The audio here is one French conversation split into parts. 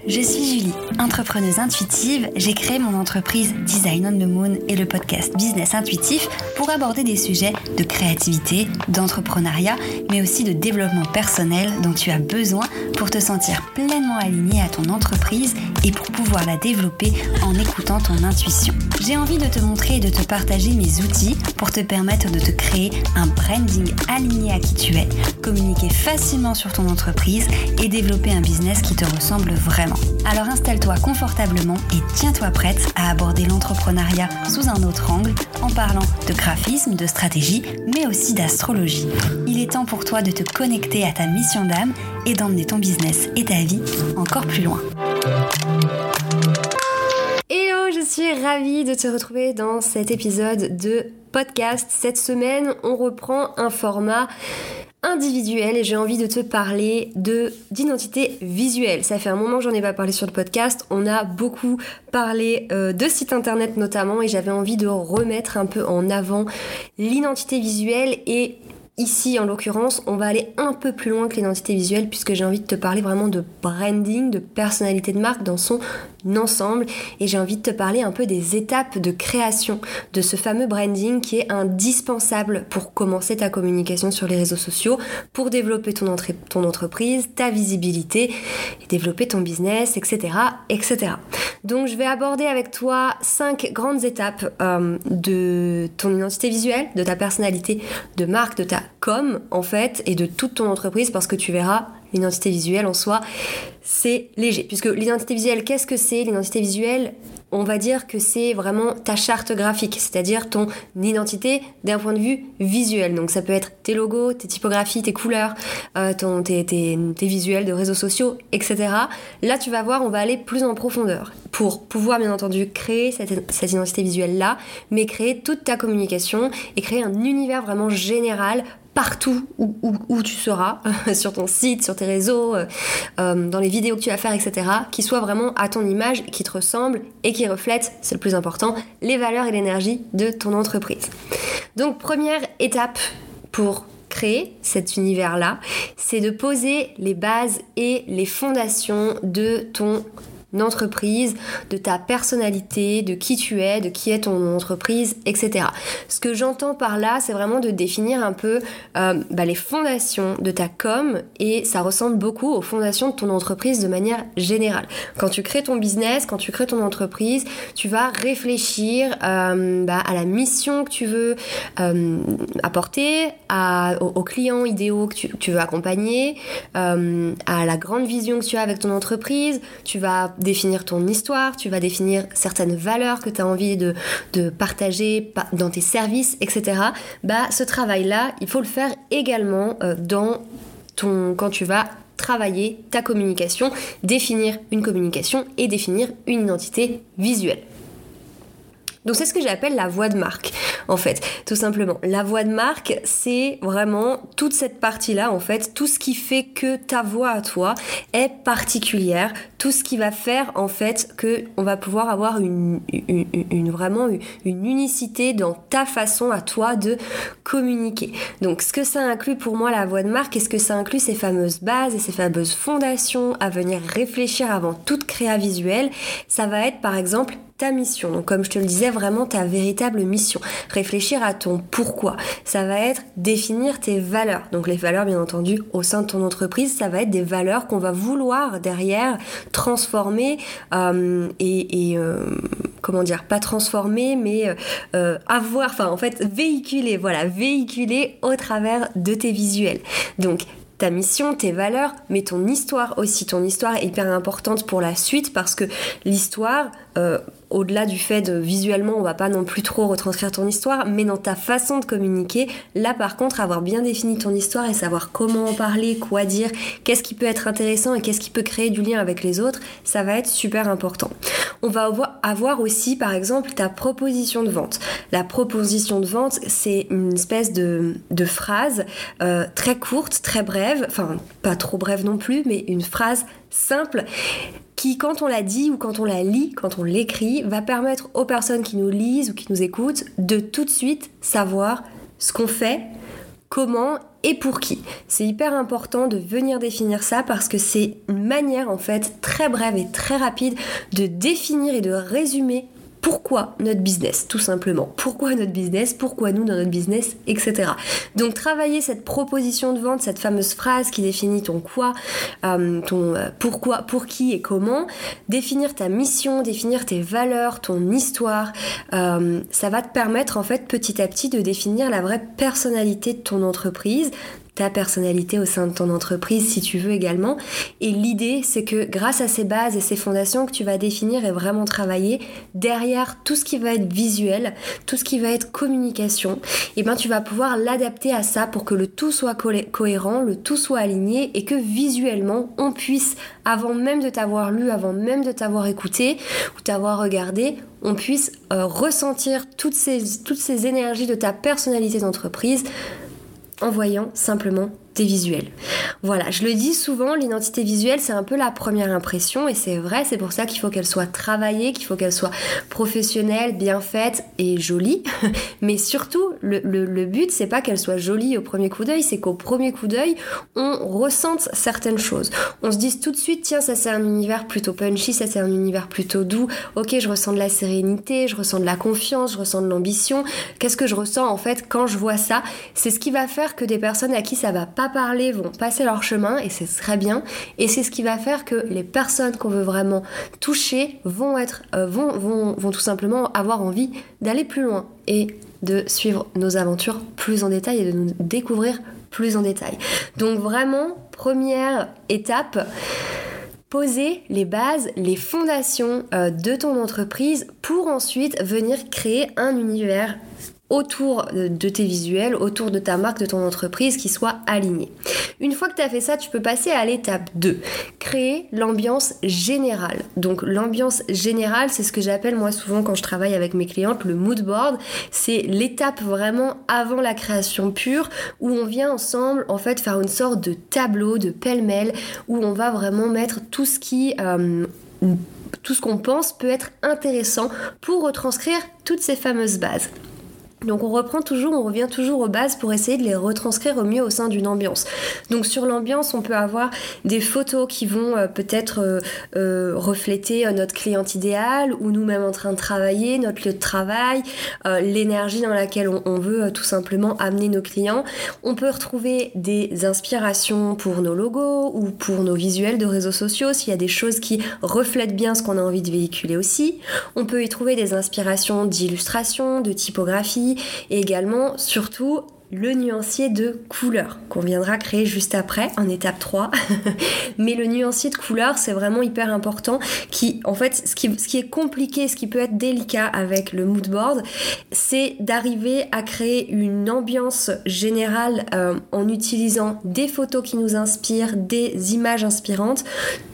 Je suis Julie, entrepreneuse intuitive. J'ai créé mon entreprise Design on the Moon et le podcast Business Intuitif pour aborder des sujets de créativité, d'entrepreneuriat, mais aussi de développement personnel dont tu as besoin pour te sentir pleinement aligné à ton entreprise et pour pouvoir la développer en écoutant ton intuition. J'ai envie de te montrer et de te partager mes outils pour te permettre de te créer un branding aligné à qui tu es, communiquer facilement sur ton entreprise et développer un business qui te ressemble vraiment. Alors installe-toi confortablement et tiens-toi prête à aborder l'entrepreneuriat sous un autre angle en parlant de graphisme, de stratégie, mais aussi d'astrologie. Il est temps pour toi de te connecter à ta mission d'âme et d'emmener ton business et ta vie encore plus loin. Hello, je suis ravie de te retrouver dans cet épisode de podcast. Cette semaine, on reprend un format individuel et j'ai envie de te parler d'identité visuelle. Ça fait un moment que j'en ai pas parlé sur le podcast. On a beaucoup parlé de sites internet notamment et j'avais envie de remettre un peu en avant l'identité visuelle et ici, en l'occurrence, on va aller un peu plus loin que l'identité visuelle puisque j'ai envie de te parler vraiment de branding, de personnalité de marque dans son ensemble et j'ai envie de te parler un peu des étapes de création de ce fameux branding qui est indispensable pour commencer ta communication sur les réseaux sociaux, pour développer ton entreprise, ta visibilité, et développer ton business, etc., etc. Donc je vais aborder avec toi 5 grandes étapes de ton identité visuelle, de ta personnalité de marque, de ta com en fait et de toute ton entreprise parce que tu verras l'identité visuelle en soi c'est léger puisque l'identité visuelle qu'est-ce que c'est? L'identité visuelle on va dire que c'est vraiment ta charte graphique, c'est-à-dire ton identité d'un point de vue visuel. Donc ça peut être tes logos, tes typographies, tes couleurs, tes visuels de réseaux sociaux, etc. Là, tu vas voir, on va aller plus en profondeur pour pouvoir, bien entendu, créer cette identité visuelle-là, mais créer toute ta communication et créer un univers vraiment général partout où tu seras, sur ton site, sur tes réseaux, dans les vidéos que tu vas faire, etc., qui soit vraiment à ton image, qui te ressemble et qui reflète, c'est le plus important, les valeurs et l'énergie de ton entreprise. Donc, première étape pour créer cet univers-là, c'est de poser les bases et les fondations de ton entreprise, de ta personnalité, de qui tu es, de qui est ton entreprise, etc. Ce que j'entends par là, c'est vraiment de définir un peu les fondations de ta com et ça ressemble beaucoup aux fondations de ton entreprise de manière générale. Quand tu crées ton business, quand tu crées ton entreprise, tu vas réfléchir à la mission que tu veux apporter, aux clients idéaux que tu veux accompagner, à la grande vision que tu as avec ton entreprise, tu vas définir ton histoire, tu vas définir certaines valeurs que tu as envie de partager dans tes services, etc. Ce travail-là, il faut le faire également quand tu vas travailler ta communication, définir une communication et définir une identité visuelle. Donc c'est ce que j'appelle la voix de marque, en fait, tout simplement. La voix de marque, c'est vraiment toute cette partie-là, en fait, tout ce qui fait que ta voix à toi est particulière, tout ce qui va faire, en fait, que on va pouvoir avoir vraiment une unicité dans ta façon à toi de communiquer. Donc ce que ça inclut pour moi, la voix de marque, et ce que ça inclut ces fameuses bases et ces fameuses fondations à venir réfléchir avant toute créa visuelle, ça va être, par exemple, ta mission. Donc comme je te le disais, vraiment ta véritable mission. Réfléchir à ton pourquoi. Ça va être définir tes valeurs. Donc les valeurs, bien entendu, au sein de ton entreprise, ça va être des valeurs qu'on va vouloir derrière transformer pas transformer, mais véhiculer au travers de tes visuels. Donc ta mission, tes valeurs, mais ton histoire aussi. Ton histoire est hyper importante pour la suite parce que l'histoire, au-delà du fait de visuellement, on va pas non plus trop retranscrire ton histoire, mais dans ta façon de communiquer, là par contre, avoir bien défini ton histoire et savoir comment en parler, quoi dire, qu'est-ce qui peut être intéressant et qu'est-ce qui peut créer du lien avec les autres, ça va être super important. On va avoir aussi, par exemple, ta proposition de vente. La proposition de vente, c'est une espèce de phrase très courte, très brève, enfin pas trop brève non plus, mais une phrase simple qui, quand on la dit ou quand on la lit, quand on l'écrit, va permettre aux personnes qui nous lisent ou qui nous écoutent de tout de suite savoir ce qu'on fait, comment et pour qui. C'est hyper important de venir définir ça parce que c'est une manière en fait très brève et très rapide de définir et de résumer pourquoi notre business, tout simplement. Pourquoi notre business, pourquoi nous dans notre business, etc. Donc travailler cette proposition de vente, cette fameuse phrase qui définit ton quoi, ton pourquoi, pour qui et comment, définir ta mission, définir tes valeurs, ton histoire, ça va te permettre en fait petit à petit de définir la vraie personnalité de ton entreprise, ta personnalité au sein de ton entreprise si tu veux également. Et l'idée, c'est que grâce à ces bases et ces fondations que tu vas définir et vraiment travailler, derrière tout ce qui va être visuel, tout ce qui va être communication, et ben tu vas pouvoir l'adapter à ça pour que le tout soit cohérent, le tout soit aligné et que visuellement, on puisse, avant même de t'avoir lu, avant même de t'avoir écouté ou t'avoir regardé, on puisse ressentir toutes ces énergies de ta personnalité d'entreprise en voyant simplement des visuels. Voilà, je le dis souvent, l'identité visuelle, c'est un peu la première impression et c'est vrai, c'est pour ça qu'il faut qu'elle soit travaillée, qu'il faut qu'elle soit professionnelle, bien faite et jolie. Mais surtout, le but, c'est pas qu'elle soit jolie au premier coup d'œil, c'est qu'au premier coup d'œil, on ressente certaines choses. On se dise tout de suite, tiens, ça c'est un univers plutôt punchy, ça c'est un univers plutôt doux. Ok, je ressens de la sérénité, je ressens de la confiance, je ressens de l'ambition. Qu'est-ce que je ressens en fait quand je vois ça? C'est ce qui va faire que des personnes à qui ça va pas parler vont passer leur chemin et c'est très bien, et c'est ce qui va faire que les personnes qu'on veut vraiment toucher vont tout simplement avoir envie d'aller plus loin et de suivre nos aventures plus en détail et de nous découvrir plus en détail. Donc vraiment, première étape, poser les bases, les fondations de ton entreprise pour ensuite venir créer un univers autour de tes visuels, autour de ta marque, de ton entreprise qui soit aligné. Une fois que tu as fait ça, tu peux passer à l'étape 2, créer l'ambiance générale. Donc l'ambiance générale, c'est ce que j'appelle moi souvent quand je travaille avec mes clientes le mood board. C'est l'étape vraiment avant la création pure où on vient ensemble en fait faire une sorte de tableau, de pêle-mêle où on va vraiment mettre tout ce qu'on pense peut être intéressant pour retranscrire toutes ces fameuses bases. Donc on revient toujours aux bases pour essayer de les retranscrire au mieux au sein d'une ambiance. Donc sur l'ambiance, on peut avoir des photos qui vont peut-être refléter notre cliente idéale ou nous-mêmes en train de travailler, notre lieu de travail, l'énergie dans laquelle on veut tout simplement amener nos clients. On peut retrouver des inspirations pour nos logos ou pour nos visuels de réseaux sociaux s'il y a des choses qui reflètent bien ce qu'on a envie de véhiculer aussi. On peut y trouver des inspirations d'illustration, de typographie, et également, surtout, le nuancier de couleurs qu'on viendra créer juste après, en étape 3. Mais le nuancier de couleurs, c'est vraiment hyper important. En fait, ce qui est compliqué, ce qui peut être délicat avec le mood board, c'est d'arriver à créer une ambiance générale en utilisant des photos qui nous inspirent, des images inspirantes,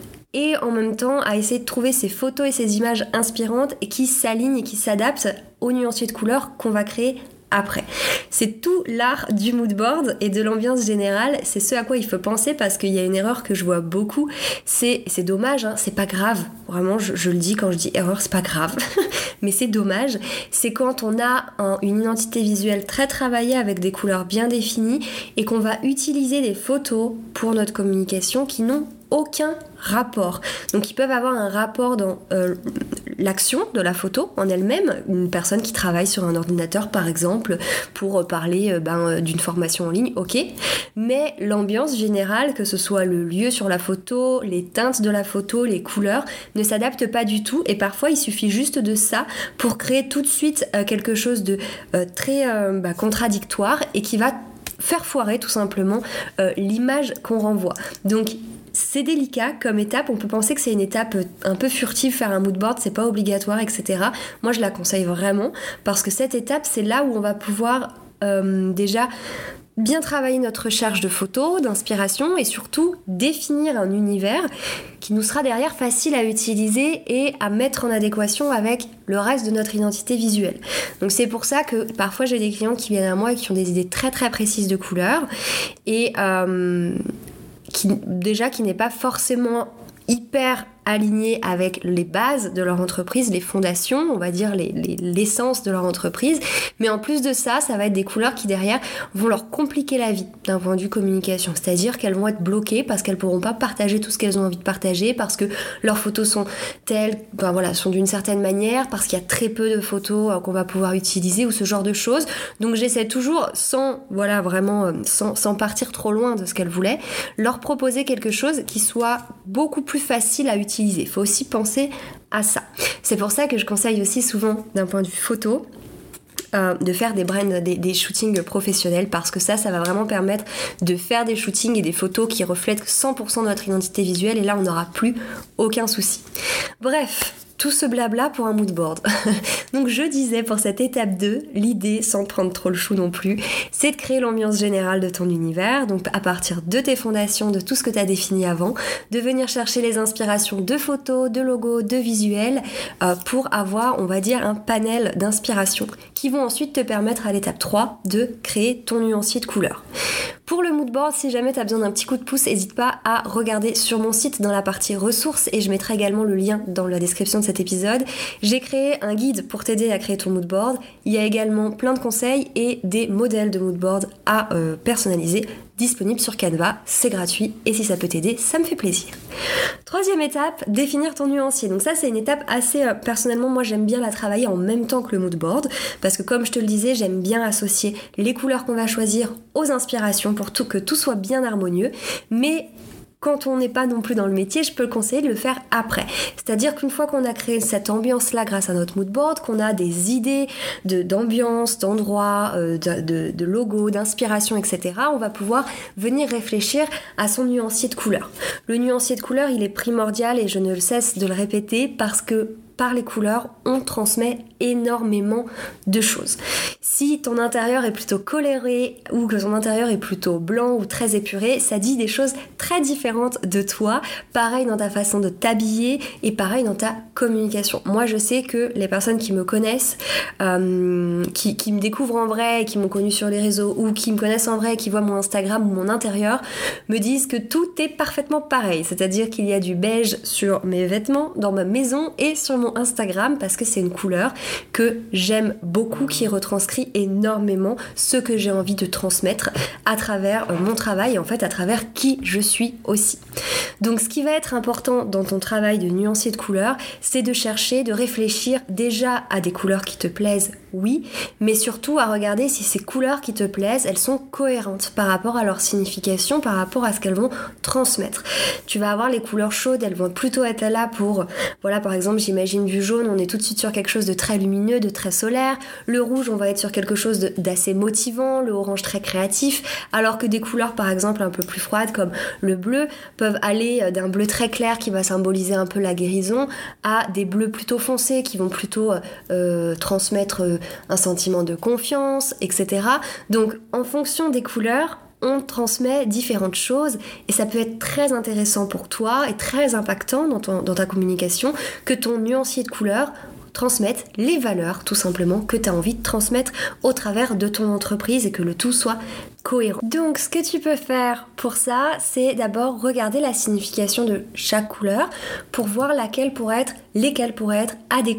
et en même temps à essayer de trouver ces photos et ces images inspirantes et qui s'alignent et qui s'adaptent au nuancier de couleurs qu'on va créer après. C'est tout l'art du mood board et de l'ambiance générale, c'est ce à quoi il faut penser parce qu'il y a une erreur que je vois beaucoup, c'est dommage, hein, c'est pas grave, vraiment je le dis quand je dis erreur, c'est pas grave, mais c'est dommage, c'est quand on a une identité visuelle très travaillée avec des couleurs bien définies et qu'on va utiliser des photos pour notre communication qui n'ont aucun rapport. Donc ils peuvent avoir un rapport dans l'action de la photo en elle-même, une personne qui travaille sur un ordinateur par exemple pour parler d'une formation en ligne, ok, mais l'ambiance générale, que ce soit le lieu sur la photo, les teintes de la photo, les couleurs, ne s'adaptent pas du tout et parfois il suffit juste de ça pour créer tout de suite quelque chose de très contradictoire et qui va faire foirer tout simplement l'image qu'on renvoie. Donc c'est délicat comme étape, on peut penser que c'est une étape un peu furtive, faire un mood board, c'est pas obligatoire, etc. Moi je la conseille vraiment parce que cette étape c'est là où on va pouvoir déjà bien travailler notre recherche de photos, d'inspiration et surtout définir un univers qui nous sera derrière facile à utiliser et à mettre en adéquation avec le reste de notre identité visuelle. Donc c'est pour ça que parfois j'ai des clients qui viennent à moi et qui ont des idées très très précises de couleurs et qui n'est pas forcément hyper alignés avec les bases de leur entreprise, les fondations, on va dire l'essence de leur entreprise. Mais en plus de ça, ça va être des couleurs qui derrière vont leur compliquer la vie d'un point de vue communication. C'est-à-dire qu'elles vont être bloquées parce qu'elles pourront pas partager tout ce qu'elles ont envie de partager, parce que leurs photos sont telles, sont d'une certaine manière, parce qu'il y a très peu de photos qu'on va pouvoir utiliser ou ce genre de choses. Donc j'essaie toujours, sans partir trop loin de ce qu'elles voulaient, leur proposer quelque chose qui soit beaucoup plus facile à utiliser. Il faut aussi penser à ça. C'est pour ça que je conseille aussi souvent, d'un point de vue photo, de faire des shootings professionnels, parce que ça va vraiment permettre de faire des shootings et des photos qui reflètent 100% de notre identité visuelle, et là on n'aura plus aucun souci. Bref, tout ce blabla pour un mood board. Donc je disais, pour cette étape 2, l'idée, sans prendre trop le chou non plus, c'est de créer l'ambiance générale de ton univers, donc à partir de tes fondations, de tout ce que tu as défini avant, de venir chercher les inspirations de photos, de logos, de visuels, pour avoir, on va dire, un panel d'inspiration qui vont ensuite te permettre à l'étape 3 de créer ton nuancier de couleurs. Pour le mood board, si jamais tu as besoin d'un petit coup de pouce, n'hésite pas à regarder sur mon site dans la partie ressources, et je mettrai également le lien dans la description de cet épisode. J'ai créé un guide pour t'aider à créer ton mood board. Il y a également plein de conseils et des modèles de mood board à personnaliser disponibles sur Canva. C'est gratuit et si ça peut t'aider, ça me fait plaisir. Troisième étape, définir ton nuancier. Donc ça, c'est une étape assez... personnellement, moi j'aime bien la travailler en même temps que le mood board, parce que comme je te le disais, j'aime bien associer les couleurs qu'on va choisir aux inspirations pour que tout soit bien harmonieux. Mais quand on n'est pas non plus dans le métier, je peux le conseiller de le faire après. C'est-à-dire qu'une fois qu'on a créé cette ambiance-là grâce à notre mood board, qu'on a des idées d'ambiance, d'endroits, de logos, d'inspiration, etc., on va pouvoir venir réfléchir à son nuancier de couleurs. Le nuancier de couleurs, il est primordial, et je ne cesse de le répéter, parce que par les couleurs, on transmet énormément de choses. Si ton intérieur est plutôt coloré ou que ton intérieur est plutôt blanc ou très épuré, ça dit des choses très différentes de toi. Pareil dans ta façon de t'habiller et pareil dans ta communication. Moi, je sais que les personnes qui me connaissent, qui me découvrent en vrai et qui m'ont connue sur les réseaux, ou qui me connaissent en vrai et qui voient mon Instagram ou mon intérieur, me disent que tout est parfaitement pareil. C'est-à-dire qu'il y a du beige sur mes vêtements, dans ma maison et sur mon Instagram, parce que c'est une couleur que j'aime beaucoup, qui retranscrit énormément ce que j'ai envie de transmettre à travers mon travail, et en fait à travers qui je suis aussi. Donc ce qui va être important dans ton travail de nuancier de couleurs, c'est de chercher, de réfléchir déjà à des couleurs qui te plaisent, oui, mais surtout à regarder si ces couleurs qui te plaisent, elles sont cohérentes par rapport à leur signification, par rapport à ce qu'elles vont transmettre. Tu vas avoir les couleurs chaudes, elles vont plutôt être là pour, voilà, par exemple, j'imagine du jaune, on est tout de suite sur quelque chose de très lumineux, de très solaire. Le rouge, on va être sur quelque chose d'assez motivant, le orange très créatif, alors que des couleurs, par exemple, un peu plus froides comme le bleu, peuvent aller d'un bleu très clair qui va symboliser un peu la guérison, à des bleus plutôt foncés qui vont plutôt transmettre un sentiment de confiance, etc. Donc, en fonction des couleurs, on transmet différentes choses, et ça peut être très intéressant pour toi et très impactant dans ta communication que ton nuancier de couleurs transmette les valeurs, tout simplement, que tu as envie de transmettre au travers de ton entreprise, et que le tout soit cohérent. Donc ce que tu peux faire pour ça, c'est d'abord regarder la signification de chaque couleur pour voir lesquelles pourraient être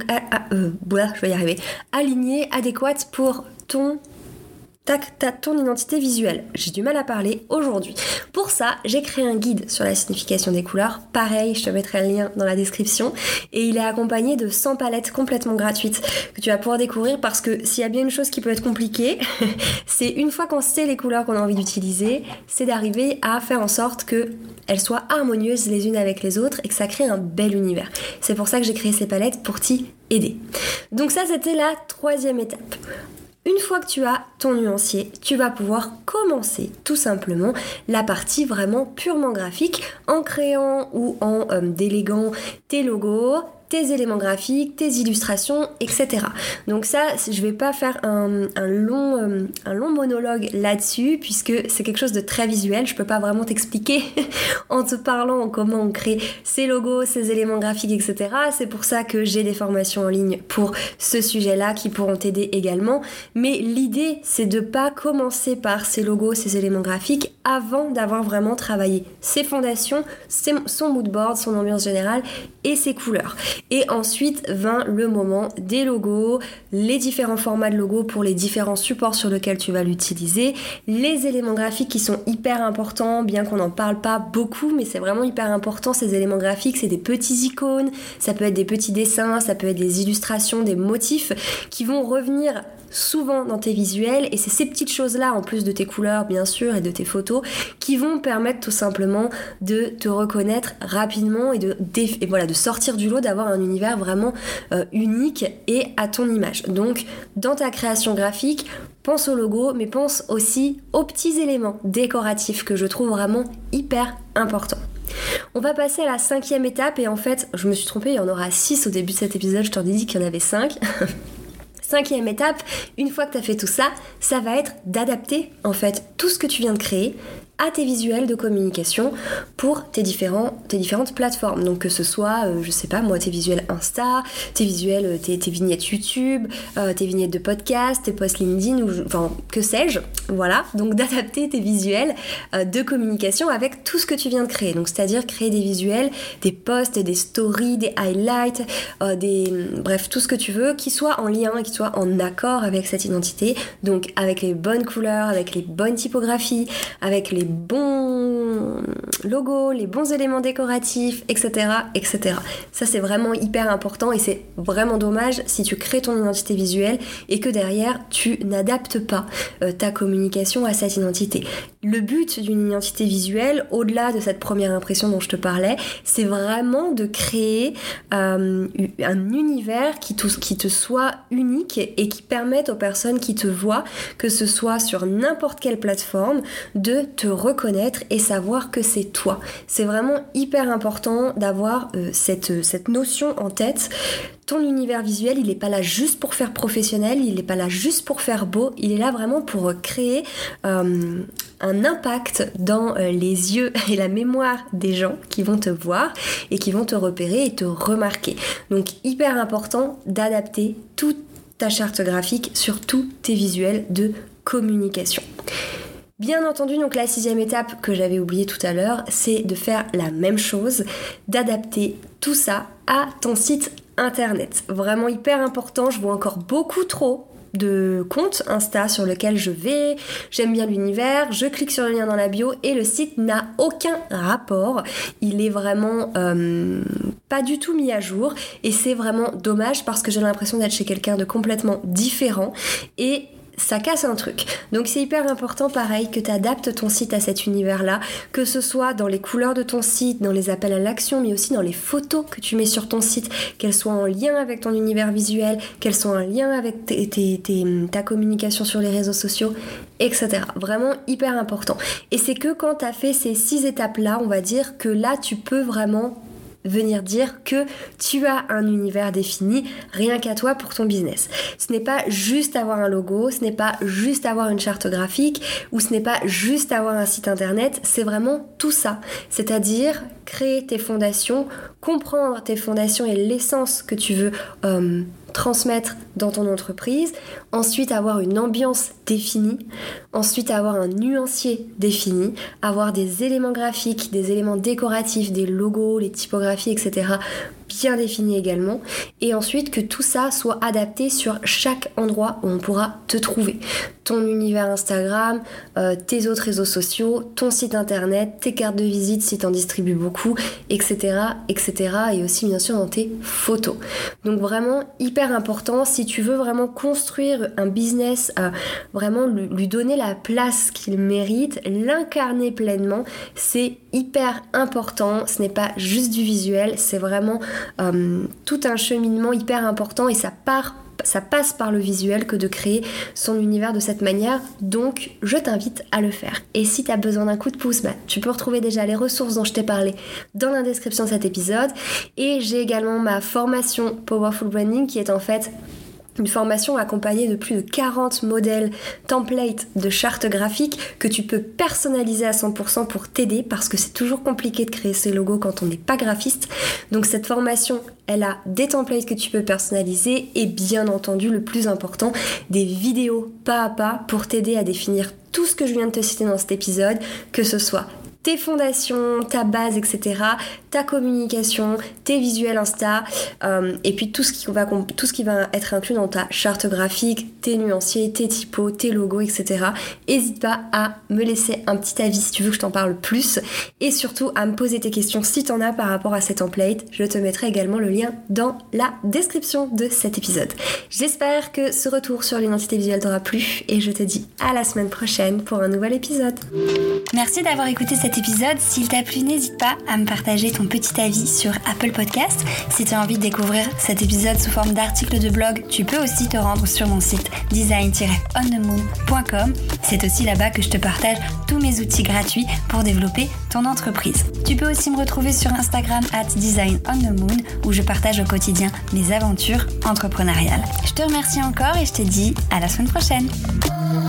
alignées, adéquates pour ton identité visuelle. J'ai du mal à parler aujourd'hui. Pour ça, j'ai créé un guide sur la signification des couleurs. Pareil, je te mettrai le lien dans la description. Et il est accompagné de 100 palettes complètement gratuites que tu vas pouvoir découvrir, parce que s'il y a bien une chose qui peut être compliquée, c'est une fois qu'on sait les couleurs qu'on a envie d'utiliser, c'est d'arriver à faire en sorte qu'elles soient harmonieuses les unes avec les autres et que ça crée un bel univers. C'est pour ça que j'ai créé ces palettes, pour t'y aider. Donc ça, c'était la 3e étape. Une fois que tu as ton nuancier, tu vas pouvoir commencer tout simplement la partie vraiment purement graphique en créant ou en déléguant tes logos, tes éléments graphiques, tes illustrations, etc. Donc ça, je vais pas faire un long monologue là-dessus, puisque c'est quelque chose de très visuel. Je peux pas vraiment t'expliquer en te parlant comment on crée ces logos, ces éléments graphiques, etc. C'est pour ça que j'ai des formations en ligne pour ce sujet-là qui pourront t'aider également. Mais l'idée, c'est de pas commencer par ces logos, ces éléments graphiques avant d'avoir vraiment travaillé ses fondations, son mood board, son ambiance générale et ses couleurs. Et ensuite vint le moment des logos, les différents formats de logos pour les différents supports sur lesquels tu vas l'utiliser, les éléments graphiques qui sont hyper importants, bien qu'on n'en parle pas beaucoup, mais c'est vraiment hyper important. Ces éléments graphiques, c'est des petits icônes, ça peut être des petits dessins, ça peut être des illustrations, des motifs qui vont revenir souvent dans tes visuels, et c'est ces petites choses-là, en plus de tes couleurs bien sûr et de tes photos, qui vont permettre tout simplement de te reconnaître rapidement et de sortir du lot, d'avoir un univers vraiment unique et à ton image. Donc dans ta création graphique, pense au logo, mais pense aussi aux petits éléments décoratifs que je trouve vraiment hyper importants. On va passer à la 5e étape, et en fait je me suis trompée, il y en aura 6 au début de cet épisode, je t'en ai dit qu'il y en avait 5. 5e étape, une fois que tu as fait tout ça, ça va être d'adapter en fait tout ce que tu viens de créer à tes visuels de communication pour tes différentes plateformes. Donc que ce soit, je sais pas moi, tes visuels Insta, tes visuels, tes vignettes YouTube, tes vignettes de podcast, tes posts LinkedIn, enfin que sais-je, voilà. Donc d'adapter tes visuels de communication avec tout ce que tu viens de créer. Donc c'est-à-dire créer des visuels, des posts, des stories, des highlights, bref, tout ce que tu veux, qui soit en lien, qui soit en accord avec cette identité. Donc avec les bonnes couleurs, avec les bonnes typographies, avec les bons logos, les bons éléments décoratifs, etc., etc. Ça, c'est vraiment hyper important, et c'est vraiment dommage si tu crées ton identité visuelle et que derrière, tu n'adaptes pas ta communication à cette identité. Le but d'une identité visuelle, au-delà de cette première impression dont je te parlais, c'est vraiment de créer un univers qui te soit unique et qui permette aux personnes qui te voient, que ce soit sur n'importe quelle plateforme, de te reconnaître et savoir que c'est toi. C'est vraiment hyper important d'avoir cette notion en tête. Ton univers visuel, il n'est pas là juste pour faire professionnel, il n'est pas là juste pour faire beau, il est là vraiment pour créer un impact dans les yeux et la mémoire des gens qui vont te voir et qui vont te repérer et te remarquer. Donc hyper important d'adapter toute ta charte graphique sur tous tes visuels de communication. Bien entendu, donc la 6e étape que j'avais oubliée tout à l'heure, c'est de faire la même chose, d'adapter tout ça à ton site internet. Vraiment hyper important, je vois encore beaucoup trop de comptes Insta sur lequel j'aime bien l'univers, je clique sur le lien dans la bio et le site n'a aucun rapport. Il est vraiment pas du tout mis à jour, et c'est vraiment dommage parce que j'ai l'impression d'être chez quelqu'un de complètement différent, et ça casse un truc. Donc c'est hyper important, pareil, que tu adaptes ton site à cet univers-là, que ce soit dans les couleurs de ton site, dans les appels à l'action, mais aussi dans les photos que tu mets sur ton site, qu'elles soient en lien avec ton univers visuel, qu'elles soient en lien avec ta communication sur les réseaux sociaux, etc. Vraiment hyper important. Et c'est que quand tu as fait ces 6 étapes-là, on va dire que là, tu peux vraiment venir dire que tu as un univers défini rien qu'à toi pour ton business. Ce n'est pas juste avoir un logo, ce n'est pas juste avoir une charte graphique, ou ce n'est pas juste avoir un site internet, c'est vraiment tout ça. C'est-à-dire créer tes fondations, comprendre tes fondations et l'essence que tu veux transmettre dans ton entreprise, ensuite avoir une ambiance définie, ensuite avoir un nuancier défini, avoir des éléments graphiques, des éléments décoratifs, des logos, les typographies, etc. bien définis également, et ensuite que tout ça soit adapté sur chaque endroit où on pourra te trouver. Ton univers Instagram, tes autres réseaux sociaux, ton site internet, tes cartes de visite si tu en distribues beaucoup, etc., etc. et aussi bien sûr dans tes photos. Donc vraiment hyper important, si tu veux vraiment construire un business, vraiment lui donner la place qu'il mérite, l'incarner pleinement, c'est hyper important. Ce n'est pas juste du visuel, c'est vraiment tout un cheminement hyper important, et ça part ça passe par le visuel que de créer son univers de cette manière, donc je t'invite à le faire. Et si tu as besoin d'un coup de pouce, tu peux retrouver déjà les ressources dont je t'ai parlé dans la description de cet épisode, et j'ai également ma formation Powerful Branding qui est en fait une formation accompagnée de plus de 40 modèles templates de chartes graphiques que tu peux personnaliser à 100% pour t'aider, parce que c'est toujours compliqué de créer ces logos quand on n'est pas graphiste. Donc cette formation, elle a des templates que tu peux personnaliser et bien entendu, le plus important, des vidéos pas à pas pour t'aider à définir tout ce que je viens de te citer dans cet épisode, que ce soit tes fondations, ta base, etc., ta communication, tes visuels Insta, et puis tout ce qui va être inclus dans ta charte graphique, tes nuanciers, tes typos, tes logos, etc. N'hésite pas à me laisser un petit avis si tu veux que je t'en parle plus, et surtout à me poser tes questions si tu en as par rapport à ces templates. Je te mettrai également le lien dans la description de cet épisode. J'espère que ce retour sur l'identité visuelle t'aura plu, et je te dis à la semaine prochaine pour un nouvel épisode. Merci d'avoir écouté cet épisode. S'il t'a plu, n'hésite pas à me partager ton petit avis sur Apple Podcast. Si tu as envie de découvrir cet épisode sous forme d'article de blog, tu peux aussi te rendre sur mon site design-onthemoon.com. C'est aussi là-bas que je te partage tous mes outils gratuits pour développer ton entreprise. Tu peux aussi me retrouver sur Instagram @designonthemoon où je partage au quotidien mes aventures entrepreneuriales. Je te remercie encore et je te dis à la semaine prochaine.